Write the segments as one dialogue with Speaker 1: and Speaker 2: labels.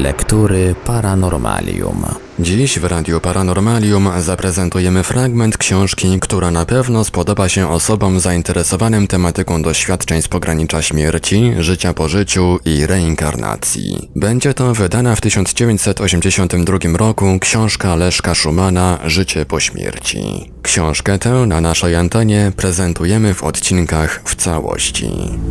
Speaker 1: Lektury Paranormalium.
Speaker 2: Dziś w Radiu Paranormalium zaprezentujemy fragment książki, która na pewno spodoba się osobom zainteresowanym tematyką doświadczeń z pogranicza śmierci, życia po życiu i reinkarnacji. Będzie to wydana w 1982 roku książka Leszka Szumana Życie po śmierci. Książkę tę na naszej antenie prezentujemy w odcinkach w całości.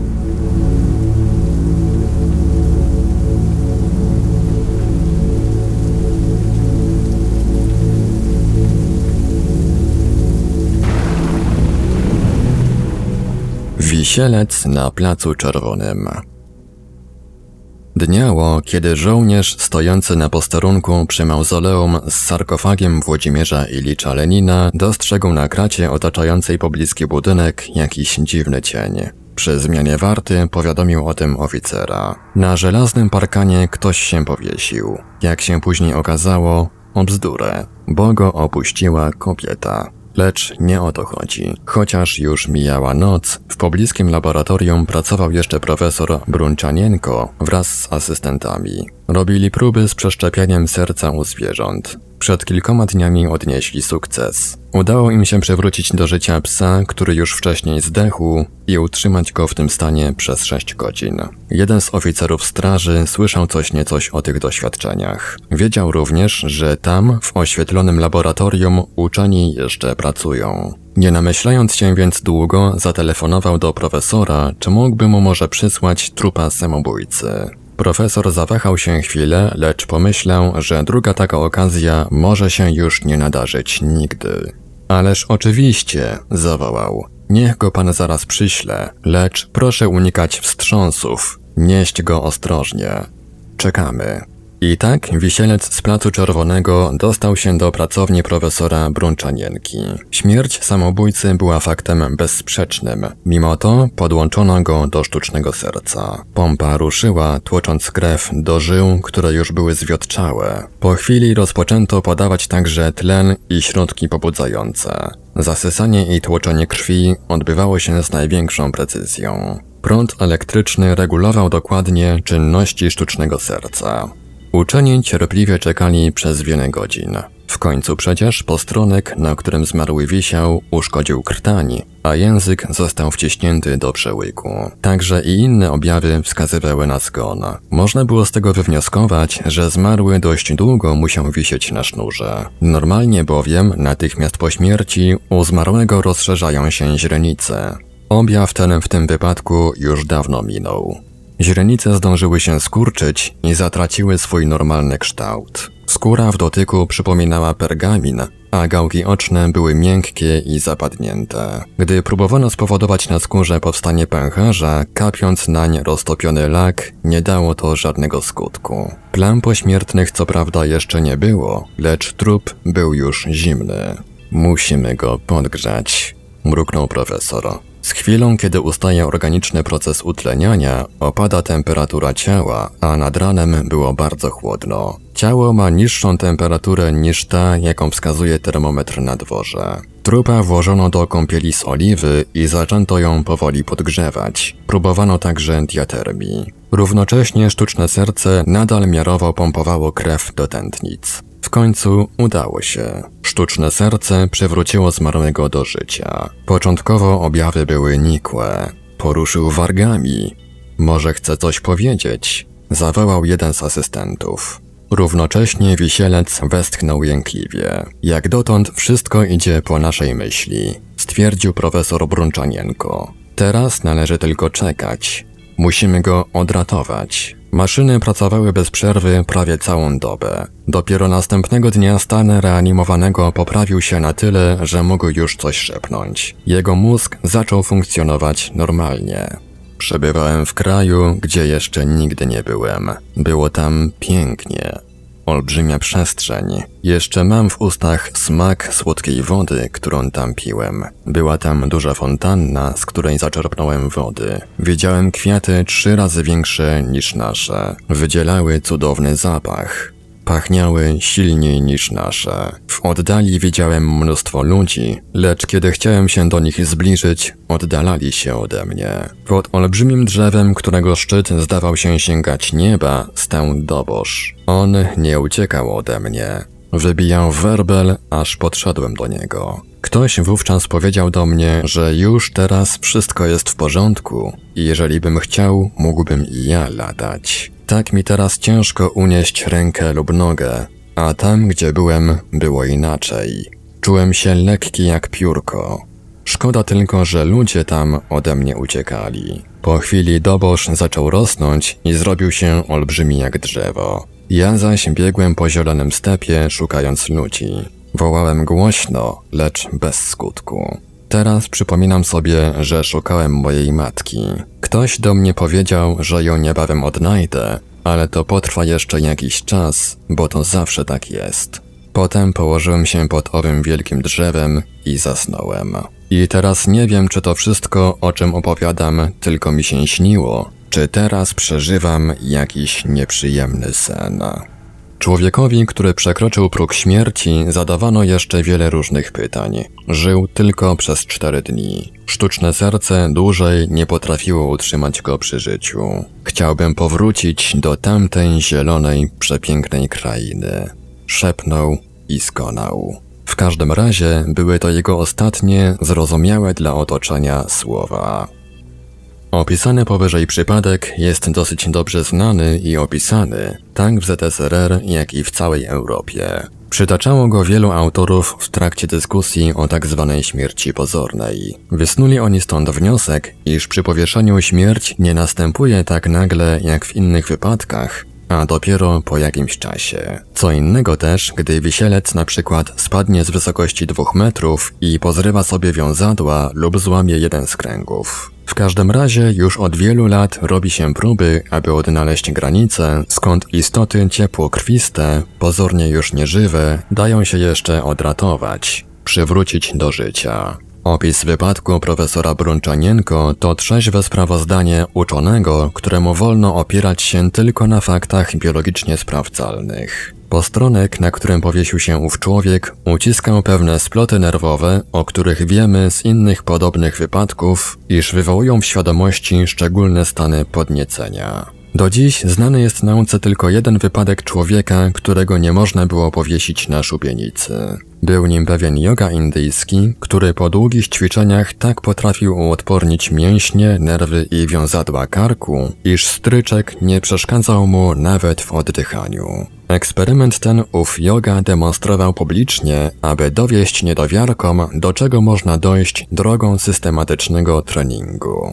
Speaker 2: Wisielec na Placu Czerwonym. Dniało, kiedy żołnierz stojący na posterunku przy mauzoleum z sarkofagiem Włodzimierza Ilicza Lenina dostrzegł na kracie otaczającej pobliski budynek jakiś dziwny cień. Przy zmianie warty powiadomił o tym oficera. Na żelaznym parkanie ktoś się powiesił. Jak się później okazało, o bzdurę, bo go opuściła kobieta. Lecz nie o to chodzi. Chociaż już mijała noc, w pobliskim laboratorium pracował jeszcze profesor Brunczanienko wraz z asystentami. Robili próby z przeszczepianiem serca u zwierząt. Przed kilkoma dniami odnieśli sukces. Udało im się przywrócić do życia psa, który już wcześniej zdechł, i utrzymać go w tym stanie przez 6 godzin. Jeden z oficerów straży słyszał coś niecoś o tych doświadczeniach. Wiedział również, że tam, w oświetlonym laboratorium, uczeni jeszcze pracują. Nie namyślając się więc długo, zatelefonował do profesora, czy mógłby mu może przysłać trupa samobójcy. Profesor zawahał się chwilę, lecz pomyślał, że druga taka okazja może się już nie nadarzyć nigdy. Ależ oczywiście, zawołał. Niech go pan zaraz przyśle, lecz proszę unikać wstrząsów. Nieść go ostrożnie. Czekamy. I tak wisielec z Placu Czerwonego dostał się do pracowni profesora Brunczanienki. Śmierć samobójcy była faktem bezsprzecznym. Mimo to podłączono go do sztucznego serca. Pompa ruszyła, tłocząc krew do żył, które już były zwiotczałe. Po chwili rozpoczęto podawać także tlen i środki pobudzające. Zasysanie i tłoczenie krwi odbywało się z największą precyzją. Prąd elektryczny regulował dokładnie czynności sztucznego serca. Uczeni cierpliwie czekali przez wiele godzin. W końcu przecież postrunek, na którym zmarły wisiał, uszkodził krtań, a język został wciśnięty do przełyku. Także i inne objawy wskazywały na zgon. Można było z tego wywnioskować, że zmarły dość długo musiał wisieć na sznurze. Normalnie bowiem, natychmiast po śmierci, u zmarłego rozszerzają się źrenice. Objaw ten w tym wypadku już dawno minął. Źrenice zdążyły się skurczyć i zatraciły swój normalny kształt. Skóra w dotyku przypominała pergamin, a gałki oczne były miękkie i zapadnięte. Gdy próbowano spowodować na skórze powstanie pęcherza, kapiąc nań roztopiony lak, nie dało to żadnego skutku. Plam pośmiertnych co prawda jeszcze nie było, lecz trup był już zimny. Musimy go podgrzać, mruknął profesor. Z chwilą, kiedy ustaje organiczny proces utleniania, opada temperatura ciała, a nad ranem było bardzo chłodno. Ciało ma niższą temperaturę niż ta, jaką wskazuje termometr na dworze. Trupa włożono do kąpieli z oliwy i zaczęto ją powoli podgrzewać. Próbowano także diatermii. Równocześnie sztuczne serce nadal miarowo pompowało krew do tętnic. W końcu udało się. Sztuczne serce przywróciło zmarłego do życia. Początkowo objawy były nikłe. Poruszył wargami. Może chce coś powiedzieć? Zawołał jeden z asystentów. Równocześnie wisielec westchnął jękliwie. Jak dotąd wszystko idzie po naszej myśli, stwierdził profesor Brunczanienko. Teraz należy tylko czekać. Musimy go odratować. Maszyny pracowały bez przerwy prawie całą dobę. Dopiero następnego dnia stan reanimowanego poprawił się na tyle, że mógł już coś szepnąć. Jego mózg zaczął funkcjonować normalnie. Przebywałem w kraju, gdzie jeszcze nigdy nie byłem. Było tam pięknie. Olbrzymia przestrzeń. Jeszcze mam w ustach smak słodkiej wody, którą tam piłem. Była tam duża fontanna, z której zaczerpnąłem wody. Widziałem kwiaty 3 razy większe niż nasze. Wydzielały cudowny zapach. Pachniały silniej niż nasze. W oddali widziałem mnóstwo ludzi, lecz kiedy chciałem się do nich zbliżyć, oddalali się ode mnie. Pod olbrzymim drzewem, którego szczyt zdawał się sięgać nieba, stał dobosz. On nie uciekał ode mnie. Wybijał werbel, aż podszedłem do niego. Ktoś wówczas powiedział do mnie, że już teraz wszystko jest w porządku i jeżeli bym chciał, mógłbym i ja latać. Tak mi teraz ciężko unieść rękę lub nogę, a tam, gdzie byłem, było inaczej. Czułem się lekki jak piórko. Szkoda tylko, że ludzie tam ode mnie uciekali. Po chwili dobosz zaczął rosnąć i zrobił się olbrzymi jak drzewo. Ja zaś biegłem po zielonym stepie, szukając ludzi. Wołałem głośno, lecz bez skutku. Teraz przypominam sobie, że szukałem mojej matki. Ktoś do mnie powiedział, że ją niebawem odnajdę, ale to potrwa jeszcze jakiś czas, bo to zawsze tak jest. Potem położyłem się pod owym wielkim drzewem i zasnąłem. I teraz nie wiem, czy to wszystko, o czym opowiadam, tylko mi się śniło, czy teraz przeżywam jakiś nieprzyjemny sen. Człowiekowi, który przekroczył próg śmierci, zadawano jeszcze wiele różnych pytań. Żył tylko przez 4 dni. Sztuczne serce dłużej nie potrafiło utrzymać go przy życiu. Chciałbym powrócić do tamtej zielonej, przepięknej krainy. Szepnął i skonał. W każdym razie były to jego ostatnie, zrozumiałe dla otoczenia słowa. Opisany powyżej przypadek jest dosyć dobrze znany i opisany, tak w ZSRR, jak i w całej Europie. Przytaczało go wielu autorów w trakcie dyskusji o tzw. śmierci pozornej. Wysnuli oni stąd wniosek, iż przy powieszeniu śmierć nie następuje tak nagle jak w innych wypadkach, a dopiero po jakimś czasie. Co innego też, gdy wisielec na przykład spadnie z wysokości 2 metrów i pozrywa sobie wiązadła lub złamie jeden z kręgów. W każdym razie już od wielu lat robi się próby, aby odnaleźć granicę, skąd istoty ciepłokrwiste, pozornie już nieżywe, dają się jeszcze odratować, przywrócić do życia. Opis wypadku profesora Brunczanienko to trzeźwe sprawozdanie uczonego, któremu wolno opierać się tylko na faktach biologicznie sprawdzalnych. Postronek, na którym powiesił się ów człowiek, uciskał pewne sploty nerwowe, o których wiemy z innych podobnych wypadków, iż wywołują w świadomości szczególne stany podniecenia. Do dziś znany jest nauce tylko jeden wypadek człowieka, którego nie można było powiesić na szubienicy. Był nim pewien joga indyjski, który po długich ćwiczeniach tak potrafił uodpornić mięśnie, nerwy i wiązadła karku, iż stryczek nie przeszkadzał mu nawet w oddychaniu. Eksperyment ten ów joga demonstrował publicznie, aby dowieść niedowiarkom, do czego można dojść drogą systematycznego treningu.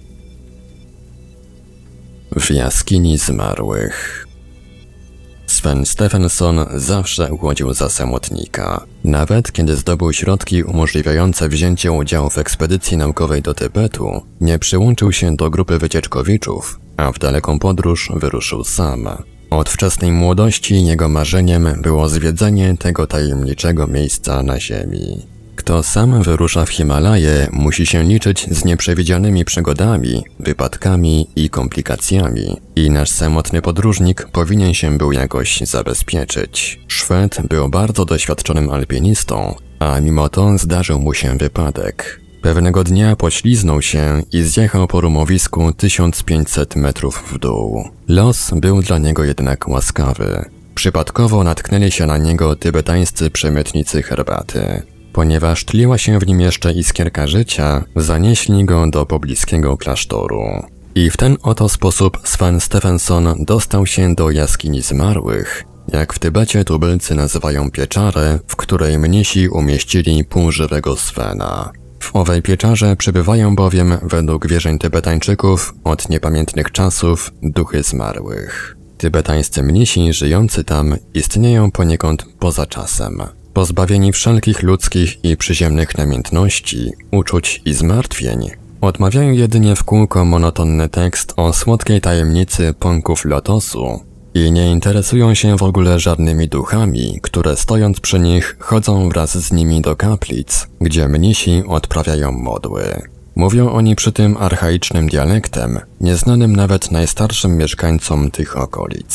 Speaker 2: W jaskini zmarłych. Sven Stefensson zawsze uchodził za samotnika. Nawet kiedy zdobył środki umożliwiające wzięcie udziału w ekspedycji naukowej do Tybetu, nie przyłączył się do grupy wycieczkowiczów, a w daleką podróż wyruszył sam. Od wczesnej młodości jego marzeniem było zwiedzenie tego tajemniczego miejsca na ziemi. Kto sam wyrusza w Himalaje, musi się liczyć z nieprzewidzianymi przygodami, wypadkami i komplikacjami. I nasz samotny podróżnik powinien się był jakoś zabezpieczyć. Szwed był bardzo doświadczonym alpinistą, a mimo to zdarzył mu się wypadek. Pewnego dnia pośliznął się i zjechał po rumowisku 1500 metrów w dół. Los był dla niego jednak łaskawy. Przypadkowo natknęli się na niego tybetańscy przemytnicy herbaty. Ponieważ tliła się w nim jeszcze iskierka życia, zanieśli go do pobliskiego klasztoru. I w ten oto sposób Sven Stefensson dostał się do jaskini zmarłych, jak w Tybecie tubylcy nazywają pieczarę, w której mnisi umieścili półżywego Svena. W owej pieczarze przebywają bowiem, według wierzeń Tybetańczyków, od niepamiętnych czasów duchy zmarłych. Tybetańscy mnisi żyjący tam istnieją poniekąd poza czasem. Pozbawieni wszelkich ludzkich i przyziemnych namiętności, uczuć i zmartwień, odmawiają jedynie w kółko monotonny tekst o słodkiej tajemnicy pąków lotosu i nie interesują się w ogóle żadnymi duchami, które stojąc przy nich chodzą wraz z nimi do kaplic, gdzie mnisi odprawiają modły. Mówią oni przy tym archaicznym dialektem, nieznanym nawet najstarszym mieszkańcom tych okolic. W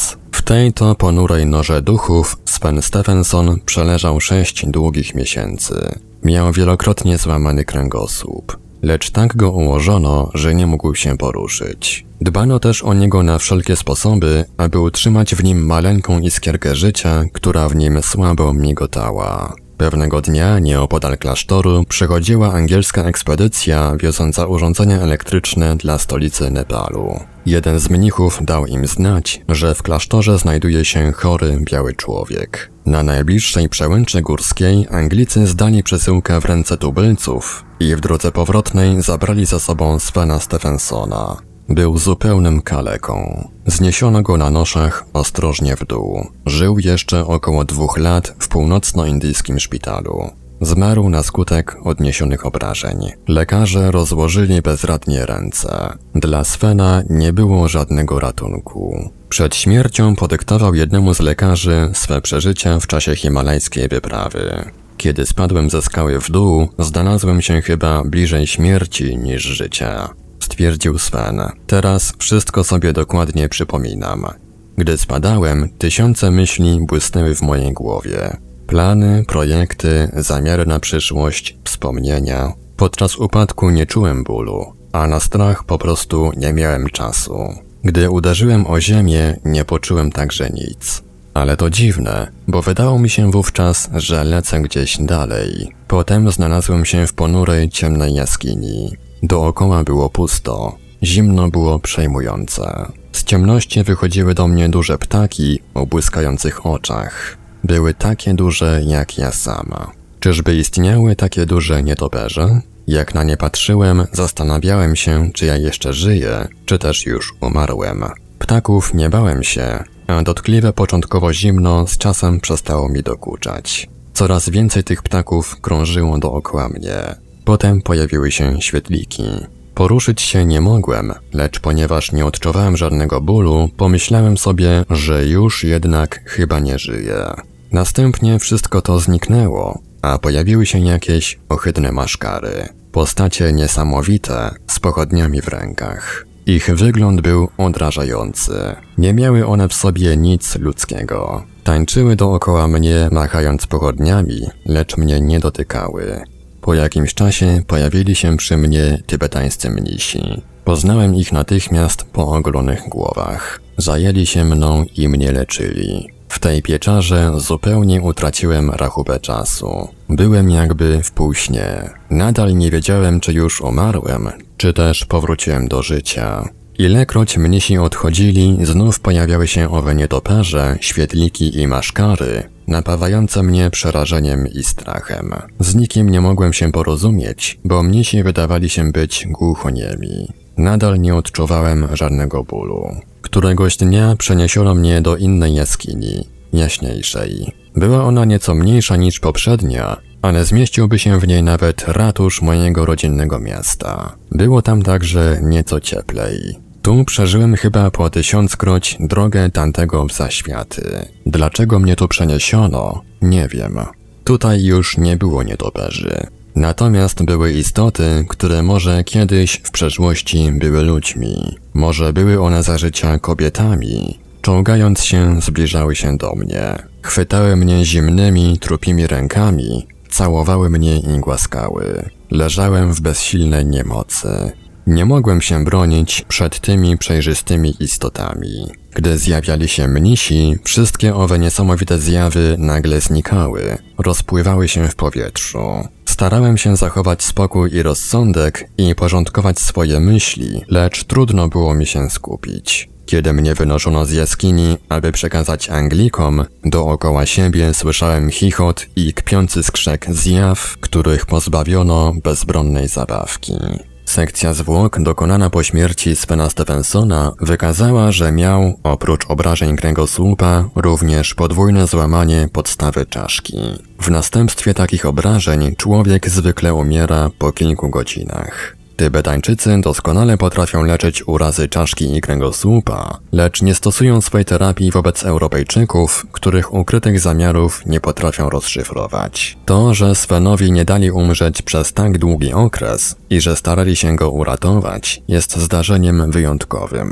Speaker 2: tej to ponurej norze duchów Sven Stefensson przeleżał 6 długich miesięcy. Miał wielokrotnie złamany kręgosłup, lecz tak go ułożono, że nie mógł się poruszyć. Dbano też o niego na wszelkie sposoby, aby utrzymać w nim maleńką iskierkę życia, która w nim słabo migotała. Pewnego dnia nieopodal klasztoru przychodziła angielska ekspedycja wioząca urządzenia elektryczne dla stolicy Nepalu. Jeden z mnichów dał im znać, że w klasztorze znajduje się chory biały człowiek. Na najbliższej przełęczy górskiej Anglicy zdali przesyłkę w ręce tubylców i w drodze powrotnej zabrali ze sobą Svena Stefensona. Był zupełnym kaleką. Zniesiono go na noszach ostrożnie w dół. Żył jeszcze około 2 lat w północnoindyjskim szpitalu. Zmarł na skutek odniesionych obrażeń. Lekarze rozłożyli bezradnie ręce. Dla Svena nie było żadnego ratunku. Przed śmiercią podyktował jednemu z lekarzy swe przeżycia w czasie himalajskiej wyprawy. Kiedy spadłem ze skały w dół, znalazłem się chyba bliżej śmierci niż życia, stwierdził Sven. Teraz wszystko sobie dokładnie przypominam. Gdy spadałem, 1000 myśli błysnęły w mojej głowie. Plany, projekty, zamiary na przyszłość, wspomnienia. Podczas upadku nie czułem bólu, a na strach po prostu nie miałem czasu. Gdy uderzyłem o ziemię, nie poczułem także nic. Ale to dziwne, bo wydało mi się wówczas, że lecę gdzieś dalej. Potem znalazłem się w ponurej, ciemnej jaskini. Dookoła było pusto. Zimno było przejmujące. Z ciemności wychodziły do mnie duże ptaki o błyskających oczach. Były takie duże jak ja sama. Czyżby istniały takie duże nietoperze? Jak na nie patrzyłem, zastanawiałem się, czy ja jeszcze żyję, czy też już umarłem. Ptaków nie bałem się, a dotkliwe początkowo zimno z czasem przestało mi dokuczać. Coraz więcej tych ptaków krążyło dookoła mnie. Potem pojawiły się świetliki. Poruszyć się nie mogłem, lecz ponieważ nie odczuwałem żadnego bólu, pomyślałem sobie, że już jednak chyba nie żyję. Następnie wszystko to zniknęło, a pojawiły się jakieś ohydne maszkary. Postacie niesamowite, z pochodniami w rękach. Ich wygląd był odrażający. Nie miały one w sobie nic ludzkiego. Tańczyły dookoła mnie, machając pochodniami, lecz mnie nie dotykały. Po jakimś czasie pojawili się przy mnie tybetańscy mnisi. Poznałem ich natychmiast po ogolonych głowach. Zajęli się mną i mnie leczyli. W tej pieczarze zupełnie utraciłem rachubę czasu. Byłem jakby w półśnie. Nadal nie wiedziałem, czy już umarłem, czy też powróciłem do życia. Ilekroć mnisi odchodzili, znów pojawiały się owe nietoperze, świetliki i maszkary, napawające mnie przerażeniem i strachem. Z nikim nie mogłem się porozumieć, bo mnisi wydawali się być głuchoniemi. Nadal nie odczuwałem żadnego bólu. Któregoś dnia przeniesiono mnie do innej jaskini, jaśniejszej. Była ona nieco mniejsza niż poprzednia, ale zmieściłby się w niej nawet ratusz mojego rodzinnego miasta. Było tam także nieco cieplej. Tu przeżyłem chyba po 1000-kroć drogę tamtego zaświaty. Dlaczego mnie tu przeniesiono? Nie wiem. Tutaj już nie było nietoperzy. Natomiast były istoty, które może kiedyś w przeszłości były ludźmi. Może były one za życia kobietami. Czołgając się, zbliżały się do mnie. Chwytały mnie zimnymi, trupimi rękami, całowały mnie i głaskały. Leżałem w bezsilnej niemocy. Nie mogłem się bronić przed tymi przejrzystymi istotami. Gdy zjawiali się mnisi, wszystkie owe niesamowite zjawy nagle znikały, rozpływały się w powietrzu. Starałem się zachować spokój i rozsądek i porządkować swoje myśli, lecz trudno było mi się skupić. Kiedy mnie wynoszono z jaskini, aby przekazać Anglikom, dookoła siebie słyszałem chichot i kpiący skrzek zjaw, których pozbawiono bezbronnej zabawki. Sekcja zwłok dokonana po śmierci Svena Stefensona wykazała, że miał, oprócz obrażeń kręgosłupa, również podwójne złamanie podstawy czaszki. W następstwie takich obrażeń człowiek zwykle umiera po kilku godzinach. Tybetańczycy doskonale potrafią leczyć urazy czaszki i kręgosłupa, lecz nie stosują swej terapii wobec Europejczyków, których ukrytych zamiarów nie potrafią rozszyfrować. To, że Svenowi nie dali umrzeć przez tak długi okres i że starali się go uratować, jest zdarzeniem wyjątkowym.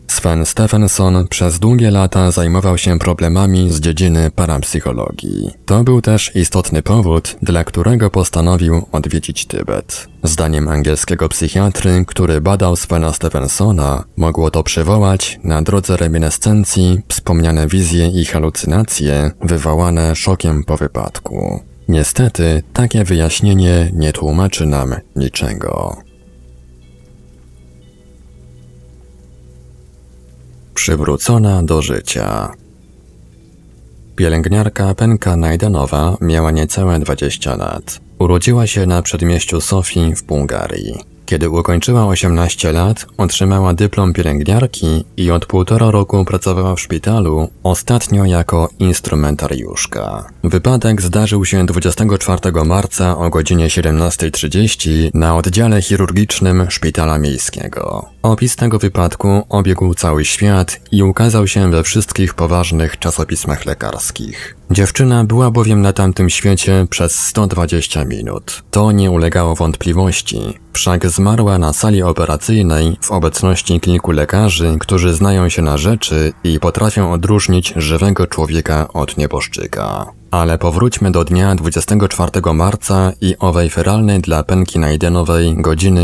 Speaker 2: Sven Stefensson przez długie lata zajmował się problemami z dziedziny parapsychologii. To był też istotny powód, dla którego postanowił odwiedzić Tybet. Zdaniem angielskiego psychiatry, który badał Svena Stephensona, mogło to przywołać na drodze reminiscencji wspomniane wizje i halucynacje wywołane szokiem po wypadku. Niestety, takie wyjaśnienie nie tłumaczy nam niczego. Przywrócona do życia. Pielęgniarka Penka Najdenowa miała niecałe 20 lat. Urodziła się na przedmieściu Sofii w Bułgarii. Kiedy ukończyła 18 lat, otrzymała dyplom pielęgniarki i od 1,5 roku pracowała w szpitalu, ostatnio jako instrumentariuszka. Wypadek zdarzył się 24 marca o godzinie 17:30 na oddziale chirurgicznym szpitala miejskiego. Opis tego wypadku obiegł cały świat i ukazał się we wszystkich poważnych czasopismach lekarskich. Dziewczyna była bowiem na tamtym świecie przez 120 minut. To nie ulegało wątpliwości. Wszak zmarła na sali operacyjnej w obecności kilku lekarzy, którzy znają się na rzeczy i potrafią odróżnić żywego człowieka od nieboszczyka. Ale powróćmy do dnia 24 marca i owej feralnej dla Penki Najdenowej godziny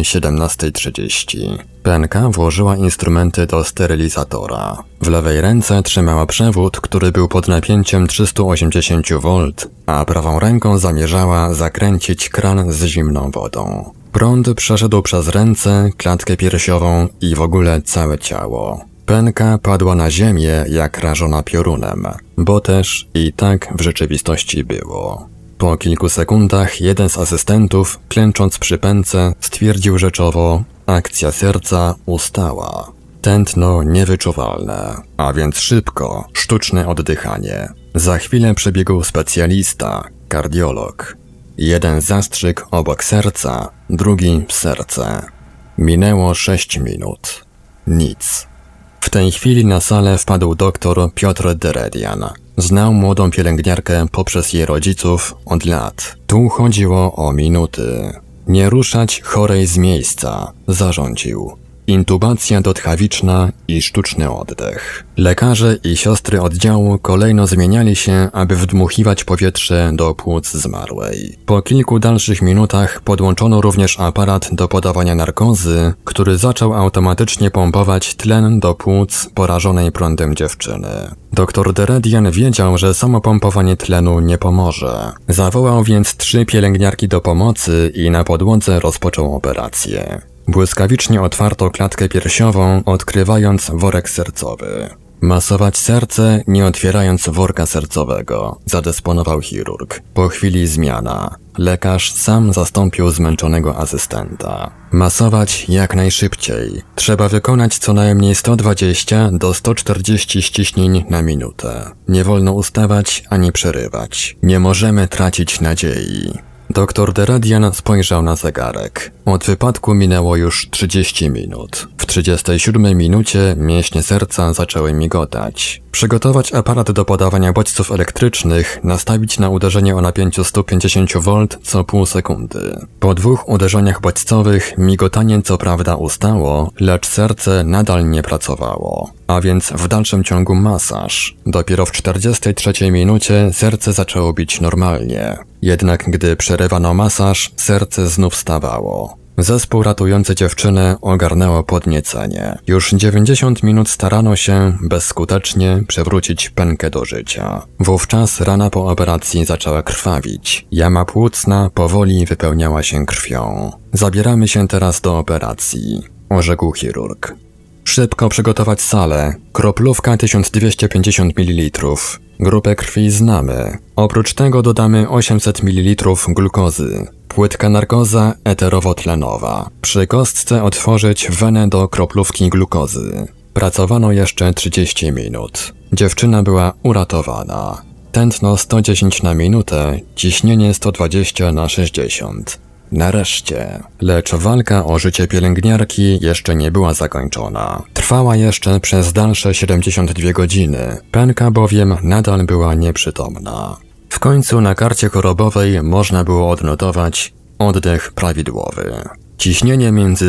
Speaker 2: 17:30. Penka włożyła instrumenty do sterylizatora. W lewej ręce trzymała przewód, który był pod napięciem 380 V, a prawą ręką zamierzała zakręcić kran z zimną wodą. Prąd przeszedł przez ręce, klatkę piersiową i w ogóle całe ciało. Penka padła na ziemię jak rażona piorunem, bo też i tak w rzeczywistości było. Po kilku sekundach jeden z asystentów, klęcząc przy pęce, stwierdził rzeczowo: akcja serca ustała. Tętno niewyczuwalne, a więc szybko, sztuczne oddychanie. Za chwilę przebiegł specjalista, kardiolog. Jeden zastrzyk obok serca, drugi w serce. Minęło 6 minut. Nic. W tej chwili na salę wpadł doktor Piotr Deredian. Znał młodą pielęgniarkę poprzez jej rodziców od lat. Tu chodziło o minuty. Nie ruszać chorej z miejsca, zarządził. Intubacja dotchawiczna i sztuczny oddech. Lekarze i siostry oddziału kolejno zmieniali się, aby wdmuchiwać powietrze do płuc zmarłej. Po kilku dalszych minutach podłączono również aparat do podawania narkozy, który zaczął automatycznie pompować tlen do płuc porażonej prądem dziewczyny. Dr Deredian wiedział, że samo pompowanie tlenu nie pomoże. Zawołał więc 3 pielęgniarki do pomocy i na podłodze rozpoczął operację. Błyskawicznie otwarto klatkę piersiową, odkrywając worek sercowy. Masować serce, nie otwierając worka sercowego, zadysponował chirurg. Po chwili zmiana. Lekarz sam zastąpił zmęczonego asystenta. Masować jak najszybciej. Trzeba wykonać co najmniej 120 do 140 ściśnień na minutę. Nie wolno ustawać ani przerywać. Nie możemy tracić nadziei. Doktor Deredian spojrzał na zegarek. Od wypadku minęło już 30 minut. W 37 minucie mięśnie serca zaczęły migotać. Przygotować aparat do podawania bodźców elektrycznych, nastawić na uderzenie o napięciu 150 V co pół sekundy. Po 2 uderzeniach bodźcowych migotanie co prawda ustało, lecz serce nadal nie pracowało. A więc w dalszym ciągu masaż. Dopiero w 43 minucie serce zaczęło bić normalnie. Jednak gdy przerywano masaż, serce znów stawało. Zespół ratujący dziewczynę ogarnęło podniecenie. Już 90 minut starano się bezskutecznie przywrócić Penkę do życia. Wówczas rana po operacji zaczęła krwawić. Jama płucna powoli wypełniała się krwią. Zabieramy się teraz do operacji, orzekł chirurg. Szybko przygotować salę. Kroplówka 1250 ml. Grupę krwi znamy. Oprócz tego dodamy 800 ml glukozy. Płytka narkoza eterowo-tlenowa. Przy kostce otworzyć wenę do kroplówki glukozy. Pracowano jeszcze 30 minut. Dziewczyna była uratowana. Tętno 110 na minutę, ciśnienie 120 na 60. Nareszcie. Lecz walka o życie pielęgniarki jeszcze nie była zakończona. Trwała jeszcze przez dalsze 72 godziny. Penka bowiem nadal była nieprzytomna. W końcu na karcie chorobowej można było odnotować oddech prawidłowy. Ciśnienie między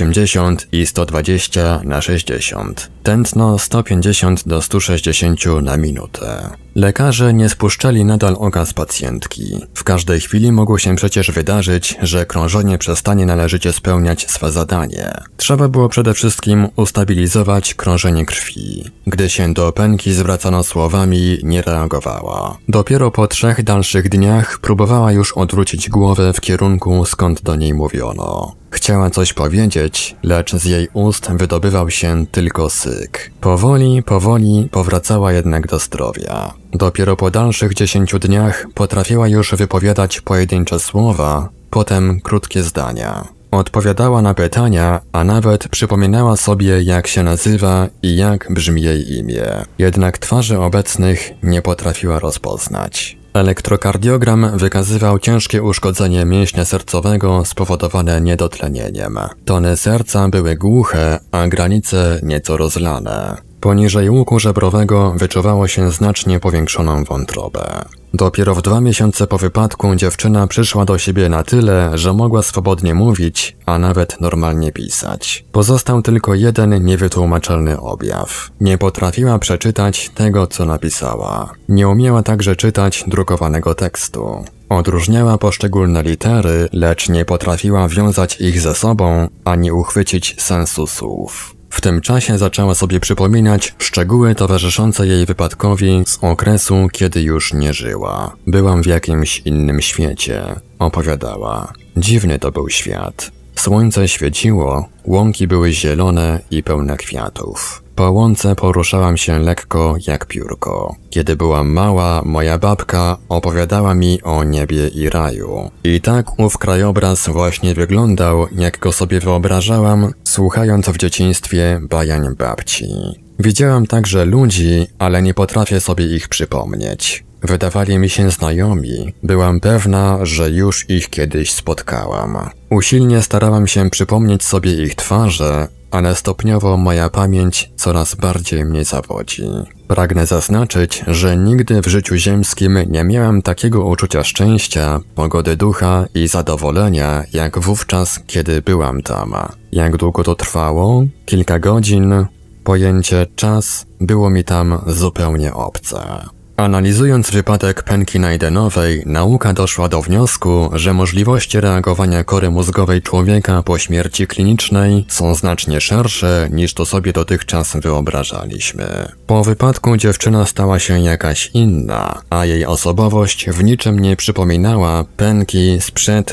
Speaker 2: 180 i 120 na 60. Tętno 150 do 160 na minutę. Lekarze nie spuszczali nadal oka z pacjentki. W każdej chwili mogło się przecież wydarzyć, że krążenie przestanie należycie spełniać swe zadanie. Trzeba było przede wszystkim ustabilizować krążenie krwi. Gdy się do pęki zwracano słowami, nie reagowała. Dopiero po 3 dalszych dniach próbowała już odwrócić głowę w kierunku, skąd do niej mówiono. Chciała coś powiedzieć, lecz z jej ust wydobywał się tylko syk. Powoli powracała jednak do zdrowia. Dopiero po dalszych 10 dniach potrafiła już wypowiadać pojedyncze słowa, potem krótkie zdania. Odpowiadała na pytania, a nawet przypominała sobie, jak się nazywa i jak brzmi jej imię. Jednak twarzy obecnych nie potrafiła rozpoznać. Elektrokardiogram wykazywał ciężkie uszkodzenie mięśnia sercowego spowodowane niedotlenieniem. Tony serca były głuche, a granice nieco rozlane. Poniżej łuku żebrowego wyczuwało się znacznie powiększoną wątrobę. Dopiero w 2 miesiące po wypadku dziewczyna przyszła do siebie na tyle, że mogła swobodnie mówić, a nawet normalnie pisać. Pozostał tylko jeden niewytłumaczalny objaw. Nie potrafiła przeczytać tego, co napisała. Nie umiała także czytać drukowanego tekstu. Odróżniała poszczególne litery, lecz nie potrafiła wiązać ich ze sobą, ani uchwycić sensu słów. W tym czasie zaczęła sobie przypominać szczegóły towarzyszące jej wypadkowi z okresu, kiedy już nie żyła. Byłam w jakimś innym świecie, opowiadała. Dziwny to był świat. Słońce świeciło, łąki były zielone i pełne kwiatów. Po łące poruszałam się lekko jak piórko. Kiedy byłam mała, moja babka opowiadała mi o niebie i raju. I tak ów krajobraz właśnie wyglądał, jak go sobie wyobrażałam, słuchając w dzieciństwie bajań babci. Widziałam także ludzi, ale nie potrafię sobie ich przypomnieć. Wydawali mi się znajomi. Byłam pewna, że już ich kiedyś spotkałam. Usilnie starałam się przypomnieć sobie ich twarze, ale stopniowo moja pamięć coraz bardziej mnie zawodzi. Pragnę zaznaczyć, że nigdy w życiu ziemskim nie miałam takiego uczucia szczęścia, pogody ducha i zadowolenia, jak wówczas, kiedy byłam tam. Jak długo to trwało? Kilka godzin. Pojęcie czas było mi tam zupełnie obce. Analizując wypadek pęki najdenowej, nauka doszła do wniosku, że możliwości reagowania kory mózgowej człowieka po śmierci klinicznej są znacznie szersze, niż to sobie dotychczas wyobrażaliśmy. Po wypadku dziewczyna stała się jakaś inna, a jej osobowość w niczym nie przypominała pęki sprzed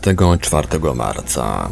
Speaker 2: 24 marca.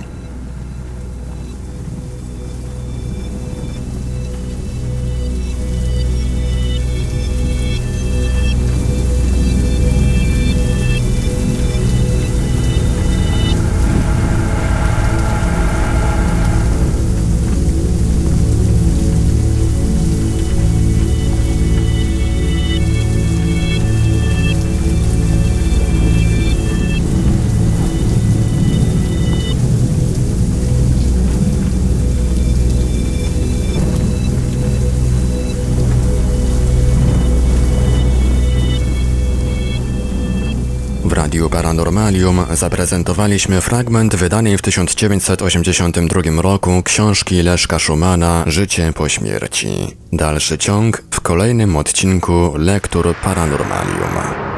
Speaker 2: W Radiu Paranormalium zaprezentowaliśmy fragment wydanej w 1982 roku książki Leszka Szumana Życie po śmierci. Dalszy ciąg w kolejnym odcinku Lektur Paranormalium.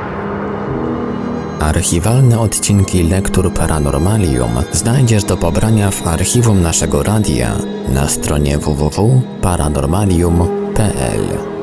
Speaker 1: Archiwalne odcinki Lektur Paranormalium znajdziesz do pobrania w archiwum naszego radia na stronie www.paranormalium.pl.